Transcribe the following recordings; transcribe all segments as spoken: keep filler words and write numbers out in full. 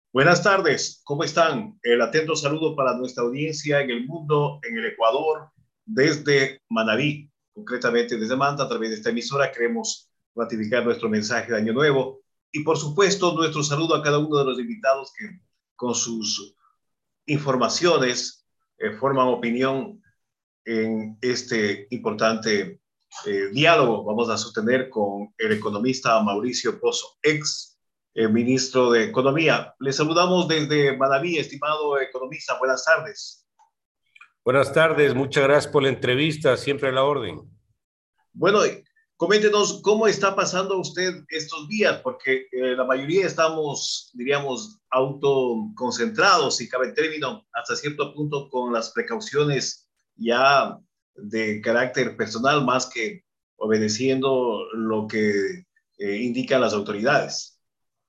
Buenas tardes, ¿cómo están? El atento saludo para nuestra audiencia en el mundo, en el Ecuador, desde Manabí, concretamente desde Manta, a través de esta emisora queremos ratificar nuestro mensaje de Año Nuevo y por supuesto nuestro saludo a cada uno de los invitados que con sus informaciones eh, forman opinión en este importante eh, diálogo. Vamos a sostener con el economista Mauricio Pozo, ex eh, ministro de Economía. Le saludamos desde Manaví, estimado economista. Buenas tardes. Buenas tardes, muchas gracias por la entrevista, siempre a la orden. Bueno, coméntenos cómo está pasando usted estos días, porque eh, la mayoría estamos, diríamos, autoconcentrados, si cabe el término, hasta cierto punto con las precauciones ya de carácter personal, más que obedeciendo lo que eh, indican las autoridades.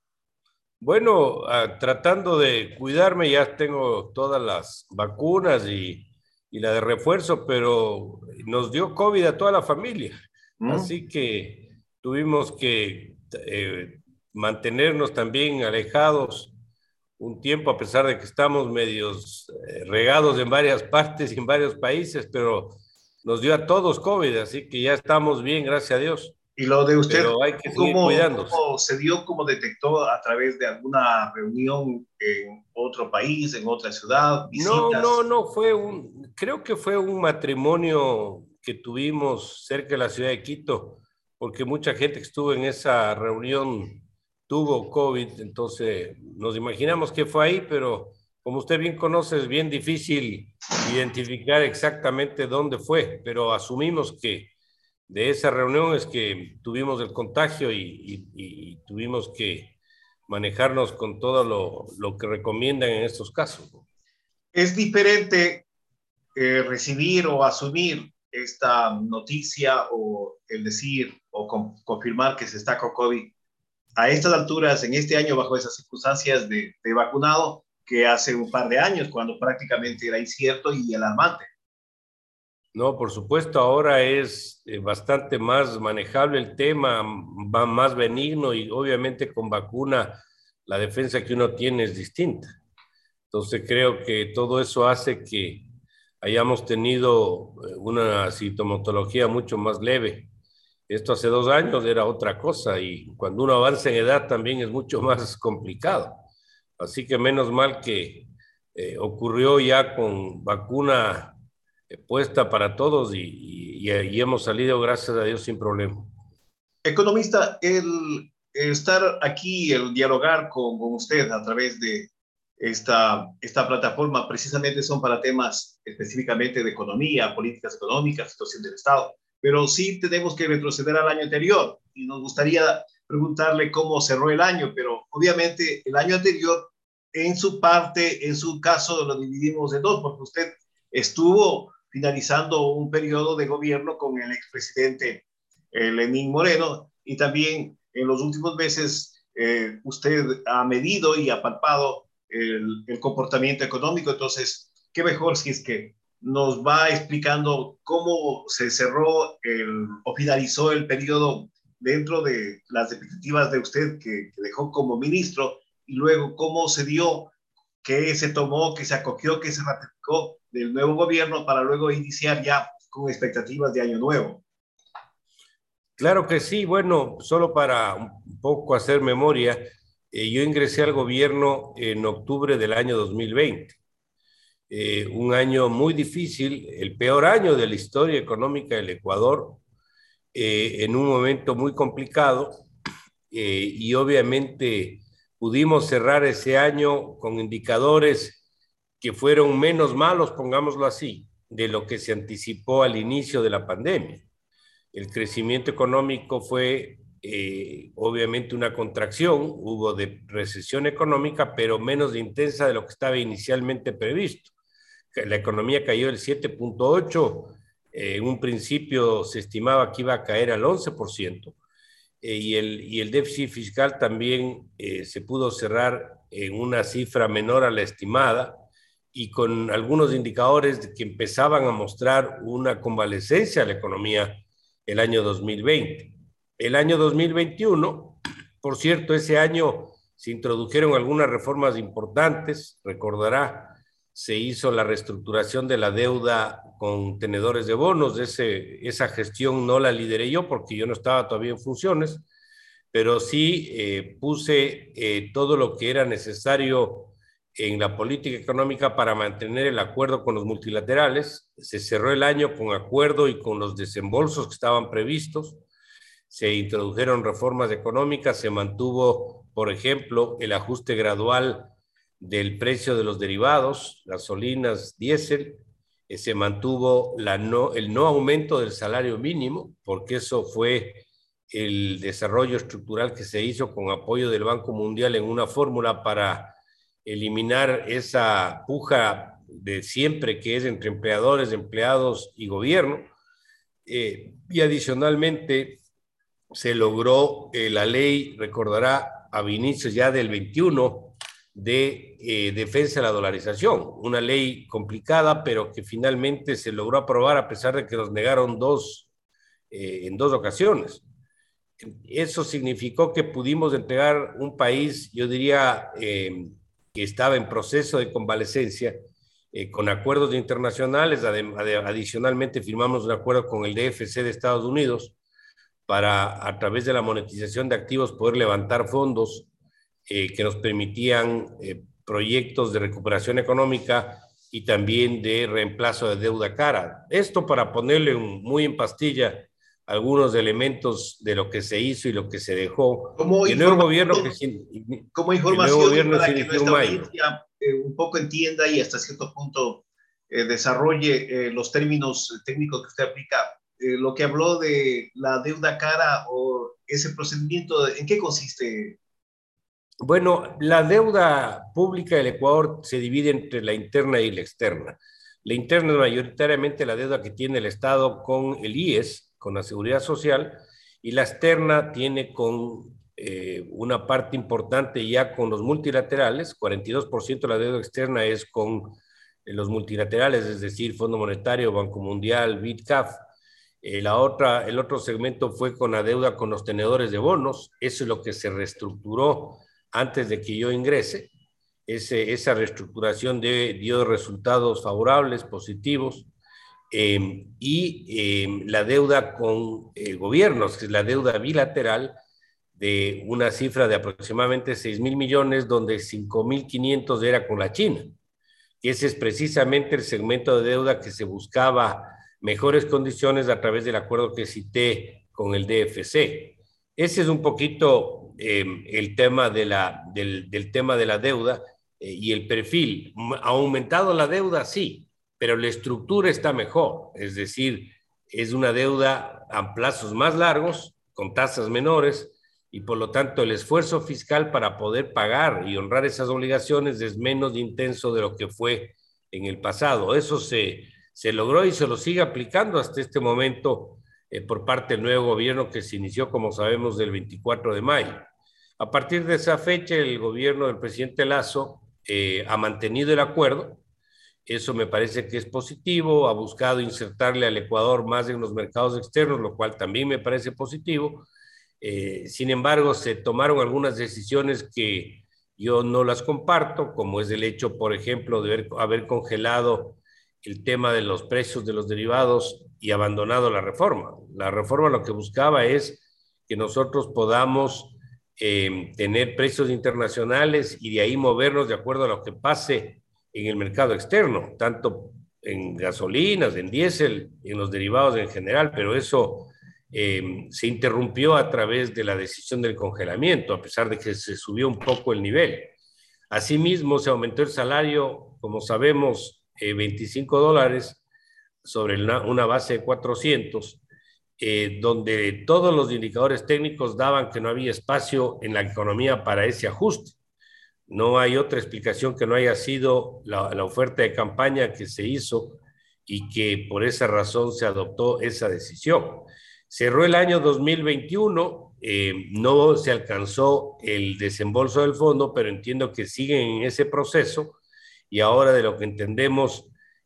Bueno, ah, tratando de cuidarme, ya tengo todas las vacunas y, y la de refuerzo, pero nos dio COVID a toda la familia, ¿Mm? así que tuvimos que eh, mantenernos también alejados un tiempo, a pesar de que estamos medios eh, regados en varias partes y en varios países, pero nos dio a todos COVID, así que ya estamos bien, gracias a Dios, Y lo de usted, pero hay que seguir ¿cómo, cuidándose. cómo se dio, cómo detectó a través de alguna reunión en otro país, en otra ciudad, No, no, visitas? no, fue un, creo que fue un matrimonio que tuvimos cerca de la ciudad de Quito, porque mucha gente que estuvo en esa reunión tuvo COVID, entonces nos imaginamos que fue ahí, pero como usted bien conoce, es bien difícil identificar exactamente dónde fue, pero asumimos que de esa reunión es que tuvimos el contagio y, y- y tuvimos que manejarnos con todo lo, lo que recomiendan en estos casos. Es diferente eh, recibir o asumir esta noticia o el decir o con, confirmar que se está con COVID a estas alturas, en este año, bajo esas circunstancias de, de vacunado, que hace un par de años, cuando prácticamente era incierto y alarmante. No, por supuesto, ahora es eh, bastante más manejable el tema, va más benigno y obviamente con vacuna la defensa que uno tiene es distinta. Entonces creo que todo eso hace que hayamos tenido eh, una sintomatología mucho más leve. Esto hace dos años era otra cosa y cuando uno avanza en edad también es mucho más complicado. Así que menos mal que eh, ocurrió ya con vacuna eh, puesta para todos y, y, y hemos salido, gracias a Dios, sin problema. Economista, el, el estar aquí, el dialogar con, con usted a través de esta, esta plataforma, precisamente son para temas específicamente de economía, políticas económicas, situación del Estado, pero sí tenemos que retroceder al año anterior y nos gustaría preguntarle cómo cerró el año, pero obviamente el año anterior, en su parte, en su caso, lo dividimos en dos, porque usted estuvo finalizando un periodo de gobierno con el expresidente eh, Lenín Moreno, y también en los últimos meses eh, usted ha medido y ha palpado el, el, comportamiento económico, entonces, qué mejor si es que nos va explicando cómo se cerró el, o finalizó el periodo dentro de las expectativas de usted que, que dejó como ministro y luego cómo se dio, qué se tomó, qué se acogió, qué se ratificó del nuevo gobierno para luego iniciar ya con expectativas de año nuevo. Claro que sí, bueno, solo para un poco hacer memoria, eh, yo ingresé al gobierno en octubre del año dos mil veinte. Eh, un año muy difícil, el peor año de la historia económica del Ecuador, eh, en un momento muy complicado eh, y obviamente pudimos cerrar ese año con indicadores que fueron menos malos, pongámoslo así, de lo que se anticipó al inicio de la pandemia. El crecimiento económico fue eh, obviamente una contracción, hubo de recesión económica, pero menos intensa de lo que estaba inicialmente previsto. La economía cayó el siete punto ocho, eh, en un principio se estimaba que iba a caer al once por ciento, eh, y, el, y el déficit fiscal también eh, se pudo cerrar en una cifra menor a la estimada y con algunos indicadores que empezaban a mostrar una convalescencia a la economía el año dos mil veinte. El año dos mil veintiuno, por cierto, ese año se introdujeron algunas reformas importantes, recordará, se hizo la reestructuración de la deuda con tenedores de bonos. Ese, esa gestión no la lideré yo porque yo no estaba todavía en funciones, pero sí eh, puse eh, todo lo que era necesario en la política económica para mantener el acuerdo con los multilaterales. Se cerró el año con acuerdo y con los desembolsos que estaban previstos. Se introdujeron reformas económicas, se mantuvo, por ejemplo, el ajuste gradual del precio de los derivados, gasolinas, diésel, eh, se mantuvo la no, el no aumento del salario mínimo, porque eso fue el desarrollo estructural que se hizo con apoyo del Banco Mundial en una fórmula para eliminar esa puja de siempre que es entre empleadores, empleados y gobierno. Eh, y adicionalmente se logró eh, la ley, recordará, a inicios ya del veintiuno, de eh, defensa de la dolarización, una ley complicada, pero que finalmente se logró aprobar a pesar de que nos negaron dos, eh, en dos ocasiones. Eso significó que pudimos entregar un país, yo diría, eh, que estaba en proceso de convalecencia, eh, con acuerdos internacionales. Ad, ad, adicionalmente firmamos un acuerdo con el D F C de Estados Unidos para, a través de la monetización de activos, poder levantar fondos eh, que nos permitían eh, proyectos de recuperación económica y también de reemplazo de deuda cara. Esto para ponerle un, muy en pastilla algunos elementos de lo que se hizo y lo que se dejó. Como y el nuevo información, gobierno que se, como el nuevo información y gobierno para se que inició en nuestra mayo. audiencia eh, un poco entienda y hasta cierto punto eh, desarrolle eh, los términos técnicos que usted aplica, eh, lo que habló de la deuda cara o ese procedimiento, ¿en qué consiste? Bueno, la deuda pública del Ecuador se divide entre la interna y la externa. La interna es mayoritariamente la deuda que tiene el Estado con el I E S, con la Seguridad Social, y la externa tiene con eh, una parte importante ya con los multilaterales. Cuarenta y dos por ciento de la deuda externa es con eh, los multilaterales, es decir, Fondo Monetario, Banco Mundial, B I D, C A F. Eh, la otra, el otro segmento fue con la deuda con los tenedores de bonos. Eso es lo que se reestructuró antes de que yo ingrese. Ese, esa reestructuración de, dio resultados favorables, positivos. Eh, y eh, la deuda con eh, gobiernos, que es la deuda bilateral, de una cifra de aproximadamente seis mil millones, donde cinco mil quinientos era con la China. Y ese es precisamente el segmento de deuda que se buscaba mejores condiciones a través del acuerdo que cité con el D F C. Ese es un poquito eh, el tema de la, del, del tema de la deuda eh, y el perfil. ¿Ha aumentado la deuda? Sí, pero la estructura está mejor. Es decir, es una deuda a plazos más largos, con tasas menores, y por lo tanto el esfuerzo fiscal para poder pagar y honrar esas obligaciones es menos intenso de lo que fue en el pasado. Eso se, se logró y se lo sigue aplicando hasta este momento eh, por parte del nuevo gobierno que se inició, como sabemos, del veinticuatro de mayo. A partir de esa fecha, el gobierno del presidente Lasso eh, ha mantenido el acuerdo. Eso me parece que es positivo. Ha buscado insertarle al Ecuador más en los mercados externos, lo cual también me parece positivo. Eh, sin embargo, se tomaron algunas decisiones que yo no las comparto, como es el hecho, por ejemplo, de haber, haber congelado el tema de los precios de los derivados y abandonado la reforma. La reforma lo que buscaba es que nosotros podamos eh, tener precios internacionales y de ahí movernos de acuerdo a lo que pase en el mercado externo, tanto en gasolinas, en diésel, en los derivados en general, pero eso Eh, se interrumpió a través de la decisión del congelamiento, a pesar de que se subió un poco el nivel. Asimismo, se aumentó el salario, como sabemos, eh, veinticinco dólares sobre una, una base de cuatrocientos, eh, donde todos los indicadores técnicos daban que no había espacio en la economía para ese ajuste. No hay otra explicación que no haya sido la, la oferta de campaña que se hizo y que por esa razón se adoptó esa decisión. Cerró el año dos mil veintiuno, eh, no se alcanzó el desembolso del fondo, pero entiendo que siguen en ese proceso y ahora de lo que entendemos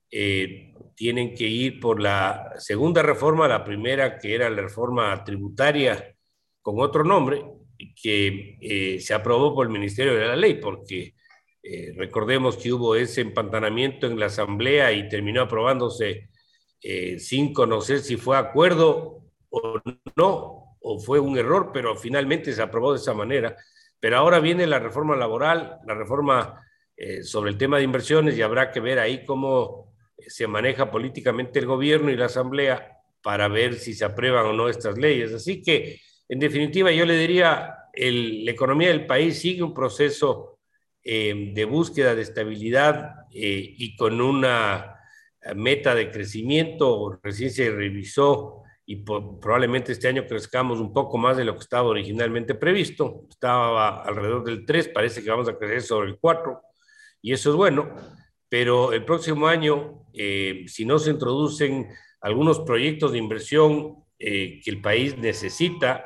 eh, tienen que ir por la segunda reforma, la primera que era la reforma tributaria con otro nombre, que eh, se aprobó por el Ministerio de la Ley, porque eh, recordemos que hubo ese empantanamiento en la Asamblea y terminó aprobándose eh, sin conocer si fue acuerdo o no, o fue un error, pero finalmente se aprobó de esa manera. Pero ahora viene la reforma laboral, la reforma eh, sobre el tema de inversiones, y habrá que ver ahí cómo se maneja políticamente el gobierno y la Asamblea para ver si se aprueban o no estas leyes. Así que, en definitiva, yo le diría, el, la economía del país sigue un proceso eh, de búsqueda de estabilidad eh, y con una meta de crecimiento. Recién se revisó y por, probablemente este año crezcamos un poco más de lo que estaba originalmente previsto. Estaba alrededor del tres, parece que vamos a crecer sobre el cuatro, y eso es bueno, pero el próximo año, eh, si no se introducen algunos proyectos de inversión eh, que el país necesita,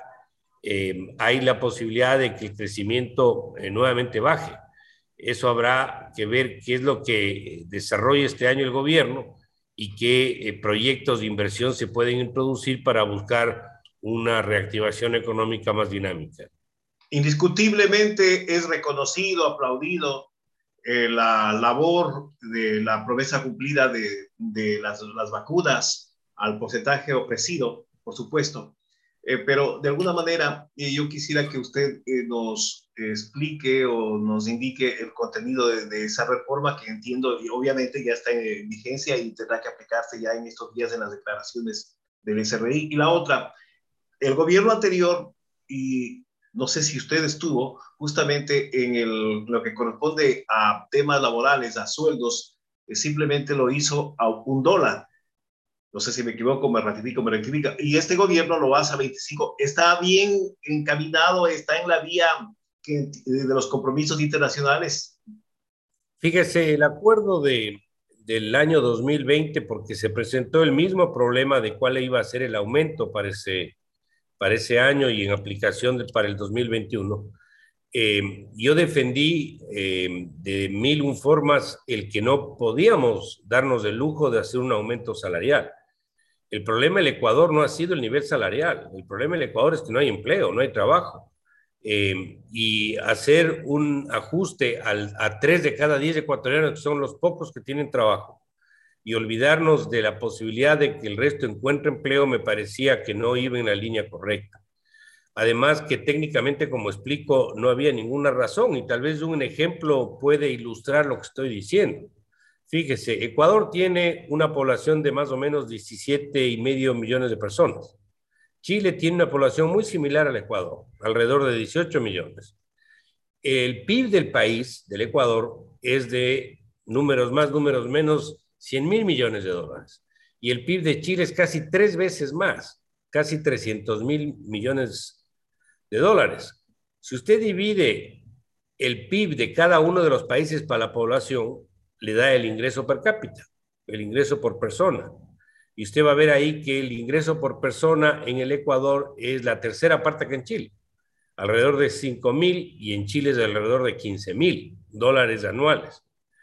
eh, hay la posibilidad de que el crecimiento eh, nuevamente baje. Eso habrá que ver qué es lo que desarrolla este año el gobierno y qué eh, proyectos de inversión se pueden introducir para buscar una reactivación económica más dinámica. Indiscutiblemente es reconocido, aplaudido eh, la labor de la promesa cumplida de, de las, las vacunas al porcentaje ofrecido, por supuesto. Eh, pero de alguna manera eh, yo quisiera que usted eh, nos eh, explique o nos indique el contenido de, de esa reforma, que entiendo y obviamente ya está en vigencia y tendrá que aplicarse ya en estos días en las declaraciones del S R I. Y la otra, el gobierno anterior, y no sé si usted estuvo justamente en el, lo que corresponde a temas laborales, a sueldos, eh, simplemente lo hizo a un dólar. No sé si me equivoco, me ratifico, me rectifica. Y este gobierno lo basa a veinticinco. ¿Está bien encaminado? ¿Está en la vía que, de los compromisos internacionales? Fíjese, el acuerdo de, del año dos mil veinte, porque se presentó el mismo problema de cuál iba a ser el aumento para ese, para ese año y en aplicación de, para el dos mil veintiuno. Eh, yo defendí eh, de mil un formas el que no podíamos darnos el lujo de hacer un aumento salarial. El problema del Ecuador no ha sido el nivel salarial. El problema del Ecuador es que no hay empleo, no hay trabajo. Eh, y hacer un ajuste al, a tres de cada diez ecuatorianos, que son los pocos que tienen trabajo, y olvidarnos de la posibilidad de que el resto encuentre empleo, me parecía que no iba en la línea correcta. Además que técnicamente, como explico, no había ninguna razón, y tal vez un ejemplo puede ilustrar lo que estoy diciendo. Fíjese, Ecuador tiene una población de más o menos diecisiete y medio millones de personas. Chile tiene una población muy similar al Ecuador, alrededor de dieciocho millones. El P I B del país, del Ecuador, es de números más, números menos, cien mil millones de dólares. Y el P I B de Chile es casi tres veces más, casi trescientos mil millones de dólares. Si usted divide el P I B de cada uno de los países para la población, le da el ingreso per cápita, el ingreso por persona. Y usted va a ver ahí que el ingreso por persona en el Ecuador es la tercera parte que en Chile, alrededor de cinco mil, y en Chile es de alrededor de quince mil dólares anuales.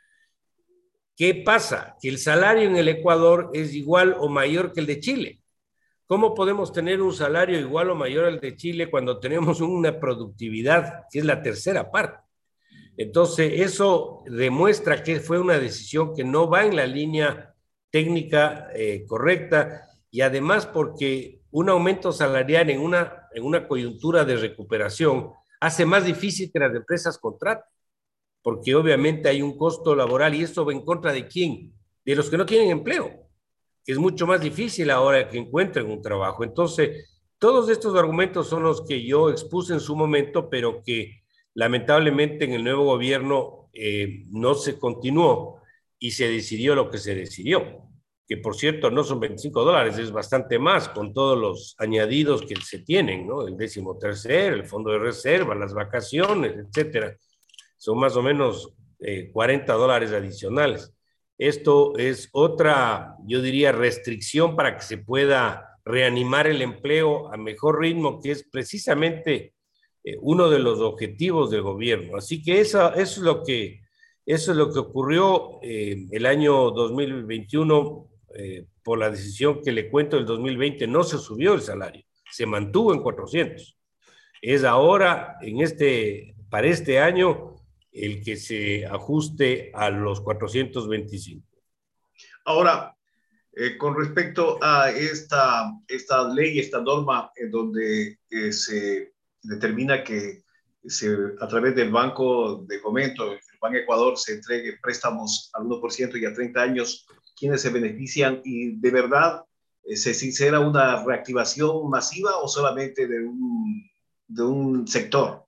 ¿Qué pasa? Que el salario en el Ecuador es igual o mayor que el de Chile. ¿Cómo podemos tener un salario igual o mayor al de Chile cuando tenemos una productividad que es la tercera parte? Entonces, eso demuestra que fue una decisión que no va en la línea técnica eh, correcta, y además porque un aumento salarial en una, en una coyuntura de recuperación hace más difícil que las empresas contraten, porque obviamente hay un costo laboral, y esto va en contra de quién, de los que no tienen empleo, que es mucho más difícil ahora que encuentren un trabajo. Entonces, todos estos argumentos son los que yo expuse en su momento, pero que lamentablemente en el nuevo gobierno eh, no se continuó y se decidió lo que se decidió, que por cierto no son veinticinco dólares, es bastante más con todos los añadidos que se tienen, ¿no? El décimo tercer, el fondo de reserva, las vacaciones, etcétera. Son más o menos eh, cuarenta dólares adicionales. Esto es otra, yo diría, restricción para que se pueda reanimar el empleo a mejor ritmo, que es precisamente eh, uno de los objetivos del gobierno. Así que esa, eso, es lo que, eso es lo que ocurrió eh, el año dos mil veintiuno. Eh, por la decisión que le cuento del dos mil veinte, no se subió el salario, se mantuvo en cuatrocientos. Es ahora, en este, para este año, el que se ajuste a los cuatrocientos veinticinco. Ahora, eh, con respecto a esta, esta ley, esta norma, en donde eh, se determina que se, a través del Banco de Fomento, el Banco Ecuador, se entregue préstamos al uno por ciento y a treinta años, quienes se benefician, y de verdad eh, se sincera una reactivación masiva o solamente de un, de un sector.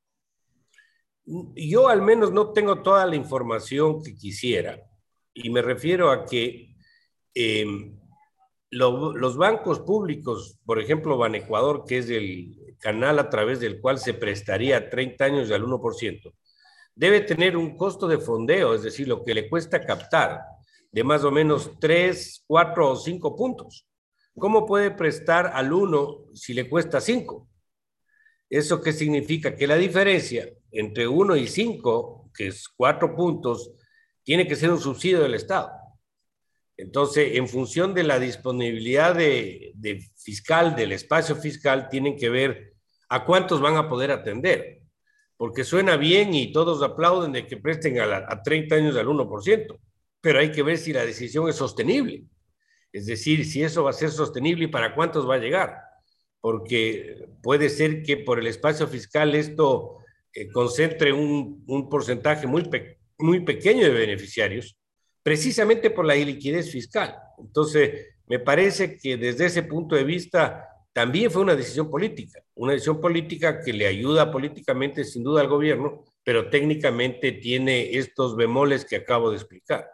Yo al menos no tengo toda la información que quisiera, y me refiero a que eh, lo, los bancos públicos, por ejemplo, Banecuador, que es el canal a través del cual se prestaría treinta años y al uno por ciento, debe tener un costo de fondeo, es decir, lo que le cuesta captar, de más o menos tres, cuatro o cinco puntos. ¿Cómo puede prestar al uno si le cuesta cinco? ¿Eso qué significa? Que la diferencia entre uno y cinco, que es cuatro puntos, tiene que ser un subsidio del Estado. Entonces, en función de la disponibilidad de, de fiscal, del espacio fiscal, tienen que ver a cuántos van a poder atender. Porque suena bien y todos aplauden de que presten a, la, a treinta años al uno por ciento, pero hay que ver si la decisión es sostenible. Es decir, si eso va a ser sostenible y para cuántos va a llegar. Porque puede ser que por el espacio fiscal esto eh, concentre un, un porcentaje muy, pe muy pequeño de beneficiarios, precisamente por la iliquidez fiscal. Entonces, me parece que desde ese punto de vista también fue una decisión política, una decisión política que le ayuda políticamente sin duda al gobierno, pero técnicamente tiene estos bemoles que acabo de explicar.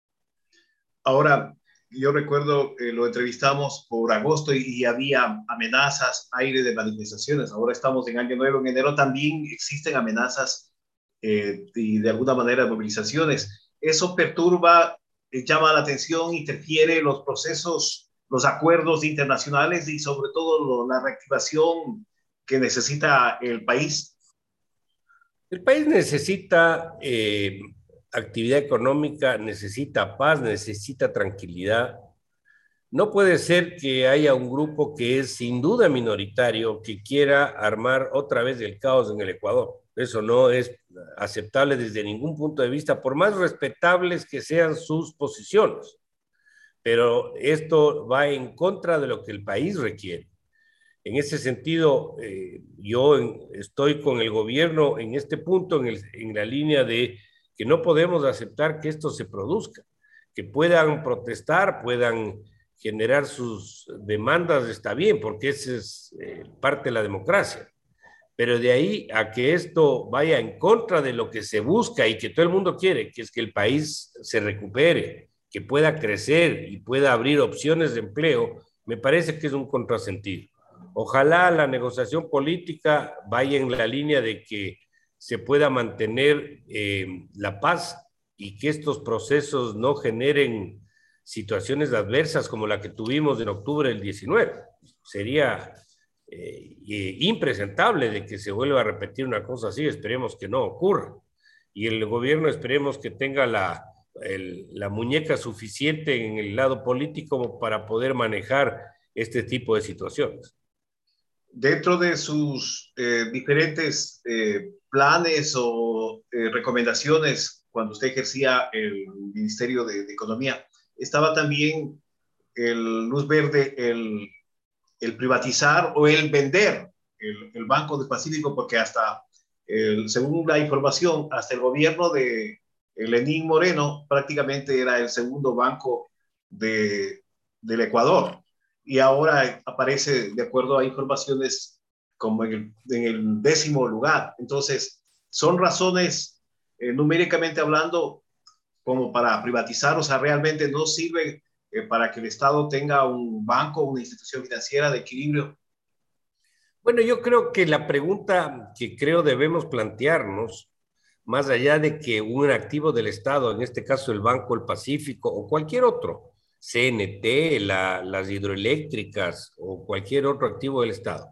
Ahora, yo recuerdo, eh, lo entrevistamos por agosto y, y había amenazas, aire de manifestaciones. Ahora estamos en año nuevo, en enero también existen amenazas eh, y de alguna manera movilizaciones. Eso perturba, eh, llama la atención, interfiere en los procesos, los acuerdos internacionales y sobre todo lo, la reactivación que necesita el país. El país necesita eh, actividad económica, necesita paz, necesita tranquilidad. No puede ser que haya un grupo que es sin duda minoritario que quiera armar otra vez el caos en el Ecuador. Eso no es aceptable desde ningún punto de vista, por más respetables que sean sus posiciones. Pero esto va en contra de lo que el país requiere. En ese sentido, eh, yo en, estoy con el gobierno en este punto, en, el, en la línea de que no podemos aceptar que esto se produzca, que puedan protestar, puedan generar sus demandas, está bien, porque esa es eh, parte de la democracia. Pero de ahí a que esto vaya en contra de lo que se busca y que todo el mundo quiere, que es que el país se recupere, que pueda crecer y pueda abrir opciones de empleo, me parece que es un contrasentido. Ojalá la negociación política vaya en la línea de que se pueda mantener eh, la paz y que estos procesos no generen situaciones adversas como la que tuvimos en octubre del diecinueve. Sería eh, eh, impresentable de que se vuelva a repetir una cosa así, esperemos que no ocurra. Y el gobierno esperemos que tenga la, el, la muñeca suficiente en el lado político para poder manejar este tipo de situaciones. Dentro de sus eh, diferentes eh, planes o eh, recomendaciones cuando usted ejercía el Ministerio de, de Economía, estaba también el luz verde, el, el privatizar o el vender el, el Banco del Pacífico, porque hasta, el, según la información, hasta el gobierno de Lenín Moreno prácticamente era el segundo banco de, del Ecuador. Y ahora aparece, de acuerdo a informaciones, como en el, en el décimo lugar. Entonces, son razones, eh, numéricamente hablando, como para privatizar, o sea, realmente no sirve eh, para que el Estado tenga un banco, una institución financiera de equilibrio. Bueno, yo creo que la pregunta que creo debemos plantearnos, más allá de que un activo del Estado, en este caso el Banco del Pacífico o cualquier otro, C N T, la, las hidroeléctricas o cualquier otro activo del Estado,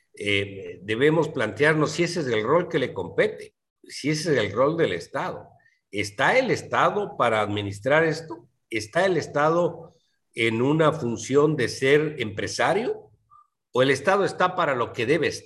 eh, debemos plantearnos si ese es el rol que le compete, si ese es el rol del Estado. ¿Está el Estado para administrar esto? ¿Está el Estado en una función de ser empresario? ¿O el Estado está para lo que debe estar,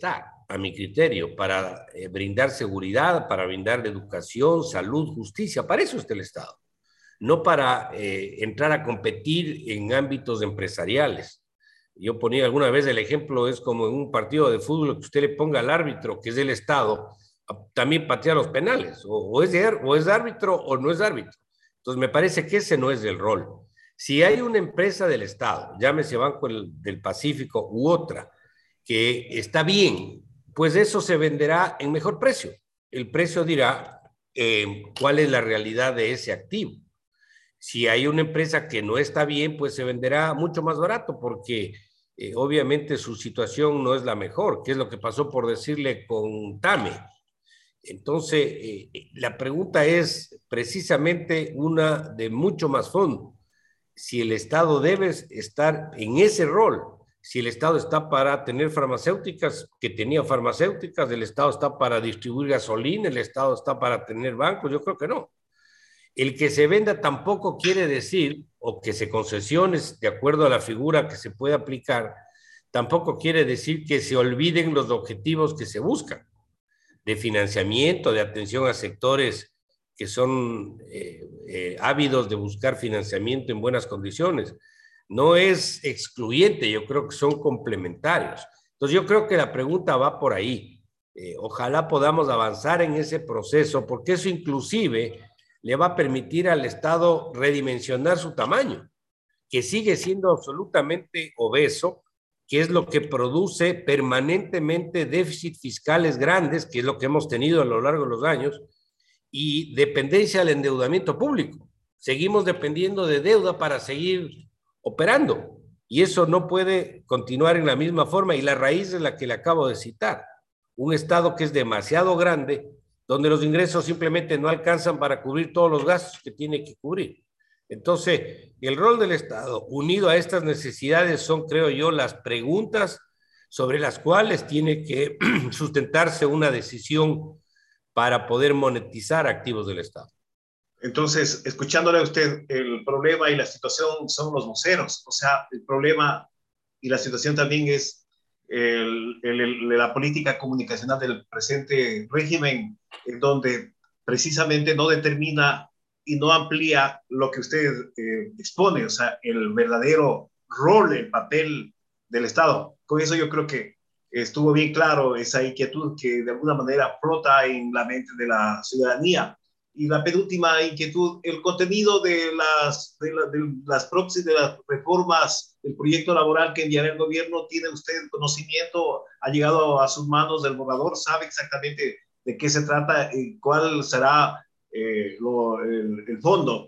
a mi criterio, para eh, brindar seguridad, para brindar educación, salud, justicia. Para eso está el Estado, no para eh, entrar a competir en ámbitos empresariales. Yo ponía alguna vez el ejemplo, es como en un partido de fútbol que usted le ponga al árbitro, que es del Estado, también patea los penales, o, o, es de, o es árbitro o no es árbitro. Entonces me parece que ese no es el rol. Si hay una empresa del Estado, llámese Banco del Pacífico u otra, que está bien, pues eso se venderá en mejor precio. El precio dirá eh, cuál es la realidad de ese activo. Si hay una empresa que no está bien, pues se venderá mucho más barato porque eh, obviamente su situación no es la mejor, que es lo que pasó por decirle con Tame. Entonces, eh, la pregunta es precisamente una de mucho más fondo. Si el Estado debe estar en ese rol, si el Estado está para tener farmacéuticas, que tenía farmacéuticas, el Estado está para distribuir gasolina, el Estado está para tener bancos, yo creo que no. El que se venda tampoco quiere decir, o que se concesiones de acuerdo a la figura que se puede aplicar, tampoco quiere decir que se olviden los objetivos que se buscan, de financiamiento, de atención a sectores que son eh, eh, ávidos de buscar financiamiento en buenas condiciones. No es excluyente, yo creo que son complementarios. Entonces yo creo que la pregunta va por ahí. Eh, ojalá podamos avanzar en ese proceso, porque eso inclusive le va a permitir al Estado redimensionar su tamaño, que sigue siendo absolutamente obeso, que es lo que produce permanentemente déficit fiscales grandes, que es lo que hemos tenido a lo largo de los años, y dependencia del endeudamiento público. Seguimos dependiendo de deuda para seguir operando, y eso no puede continuar en la misma forma, y la raíz es la que le acabo de citar. Un Estado que es demasiado grande, donde los ingresos simplemente no alcanzan para cubrir todos los gastos que tiene que cubrir. Entonces, el rol del Estado, unido a estas necesidades, son, creo yo, las preguntas sobre las cuales tiene que sustentarse una decisión para poder monetizar activos del Estado. Entonces, escuchándole a usted, el problema y la situación son los voceros. O sea, el problema y la situación también es el, el, el, la política comunicacional del presente régimen, en donde precisamente no determina y no amplía lo que usted eh, expone, o sea, el verdadero rol, el papel del Estado. Con eso yo creo que estuvo bien claro esa inquietud que de alguna manera flota en la mente de la ciudadanía. Y la penúltima inquietud, el contenido de las, de, la, de las proxies, de las reformas, el proyecto laboral que enviará el gobierno, ¿tiene usted conocimiento? ¿Ha llegado a sus manos del borrador? ¿Sabe exactamente de qué se trata y cuál será eh, lo, el, el fondo?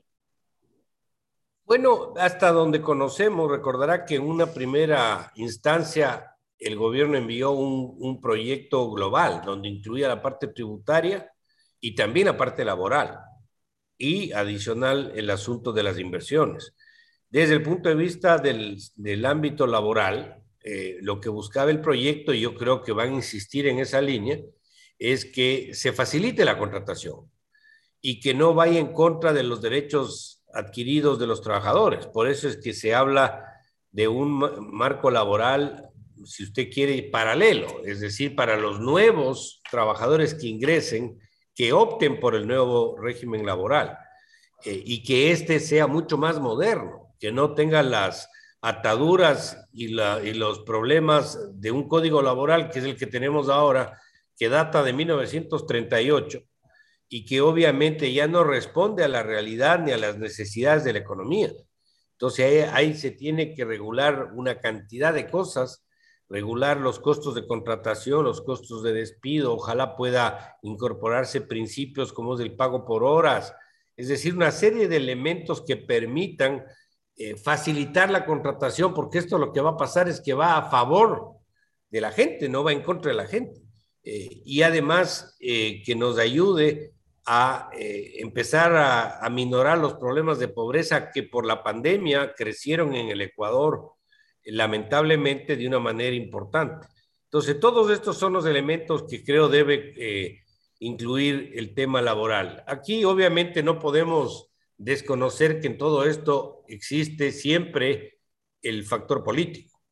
Bueno, hasta donde conocemos, recordará que en una primera instancia el gobierno envió un, un proyecto global donde incluía la parte tributaria y también la parte laboral y adicional el asunto de las inversiones. Desde el punto de vista del, del ámbito laboral, eh, lo que buscaba el proyecto, y yo creo que van a insistir en esa línea, es que se facilite la contratación y que no vaya en contra de los derechos adquiridos de los trabajadores. Por eso es que se habla de un marco laboral, si usted quiere, paralelo, es decir, para los nuevos trabajadores que ingresen, que opten por el nuevo régimen laboral eh, y que este sea mucho más moderno, que no tenga las ataduras y, la, y los problemas de un código laboral que es el que tenemos ahora, que data de mil novecientos treinta y ocho y que obviamente ya no responde a la realidad ni a las necesidades de la economía. Entonces ahí, ahí se tiene que regular una cantidad de cosas, regular los costos de contratación, los costos de despido, ojalá pueda incorporarse principios como es el pago por horas, es decir, una serie de elementos que permitan eh, facilitar la contratación, porque esto lo que va a pasar es que va a favor de la gente, no va en contra de la gente. Eh, y además eh, que nos ayude a eh, empezar a, a minorar los problemas de pobreza que por la pandemia crecieron en el Ecuador lamentablemente de una manera importante. Entonces, todos estos son los elementos que creo debe eh, incluir el tema laboral. Aquí, obviamente, no podemos desconocer que en todo esto existe siempre el factor político.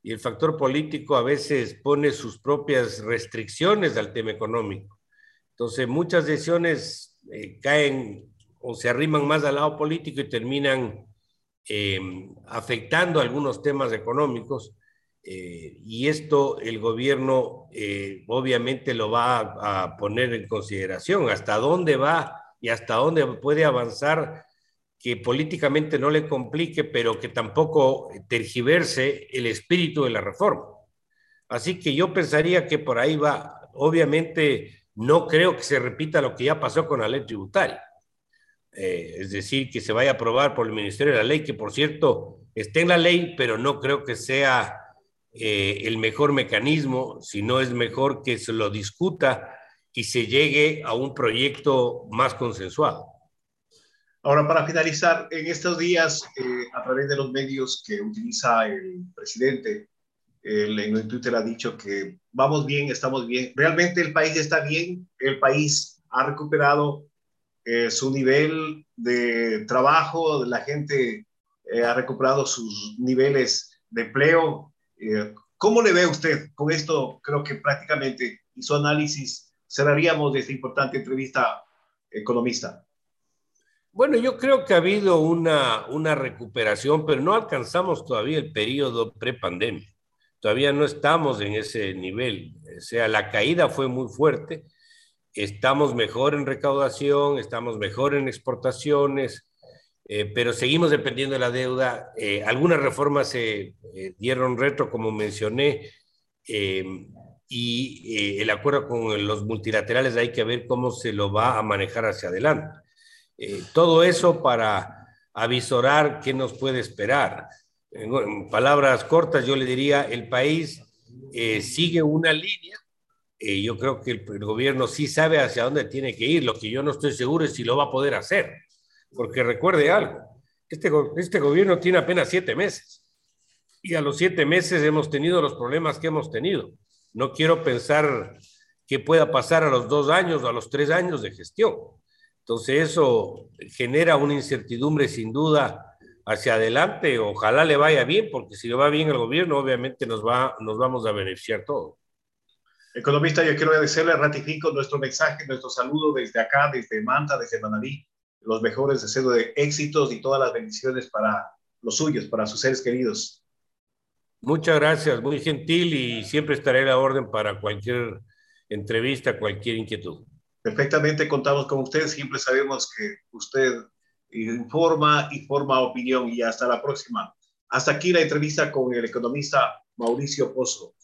y el factor político a veces pone sus propias restricciones al tema económico. Entonces, muchas decisiones eh, caen o se arriman más al lado político y terminan eh, afectando algunos temas económicos. Eh, y esto el gobierno eh, obviamente lo va a, a poner en consideración, hasta dónde va y hasta dónde puede avanzar, que políticamente no le complique, pero que tampoco tergiverse el espíritu de la reforma. Así que yo pensaría que por ahí va. Obviamente no creo que se repita lo que ya pasó con la ley tributaria. Eh, es decir, que se vaya a aprobar por el Ministerio de la Ley, que por cierto está en la ley, pero no creo que sea eh, el mejor mecanismo, sino es mejor que se lo discuta y se llegue a un proyecto más consensuado. Ahora, para finalizar, en estos días, eh, a través de los medios que utiliza el presidente, el, en Twitter ha dicho que vamos bien, estamos bien. Realmente el país está bien, el país ha recuperado eh, su nivel de trabajo, la gente eh, ha recuperado sus niveles de empleo. Eh, ¿Cómo le ve usted? Con esto creo que prácticamente hizo análisis, cerraríamos esta importante entrevista, economista. Bueno, yo creo que ha habido una, una recuperación, pero no alcanzamos todavía el periodo prepandemia. Todavía no estamos en ese nivel. O sea, la caída fue muy fuerte. Estamos mejor en recaudación, estamos mejor en exportaciones, eh, pero seguimos dependiendo de la deuda. Eh, algunas reformas se eh, dieron retro, como mencioné, eh, y eh, el acuerdo con los multilaterales hay que ver cómo se lo va a manejar hacia adelante. Eh, todo eso para avisorar qué nos puede esperar. En, en palabras cortas, yo le diría, el país eh, sigue una línea. Eh, yo creo que el, el gobierno sí sabe hacia dónde tiene que ir. Lo que yo no estoy seguro es si lo va a poder hacer. Porque recuerde algo, este, este gobierno tiene apenas siete meses. Y a los siete meses hemos tenido los problemas que hemos tenido. No quiero pensar qué pueda pasar a los dos años o a los tres años de gestión. Entonces eso genera una incertidumbre sin duda hacia adelante. Ojalá le vaya bien, porque si le va bien al gobierno, obviamente nos, va, nos vamos a beneficiar todos. Economista, yo quiero agradecerle, ratifico nuestro mensaje, nuestro saludo desde acá, desde Manta, desde Manabí, los mejores deseos de éxitos y todas las bendiciones para los suyos, para sus seres queridos. Muchas gracias, muy gentil, y siempre estaré a la orden para cualquier entrevista, cualquier inquietud. Perfectamente contamos con usted, siempre sabemos que usted informa y forma opinión, y hasta la próxima. Hasta aquí la entrevista con el economista Mauricio Pozo.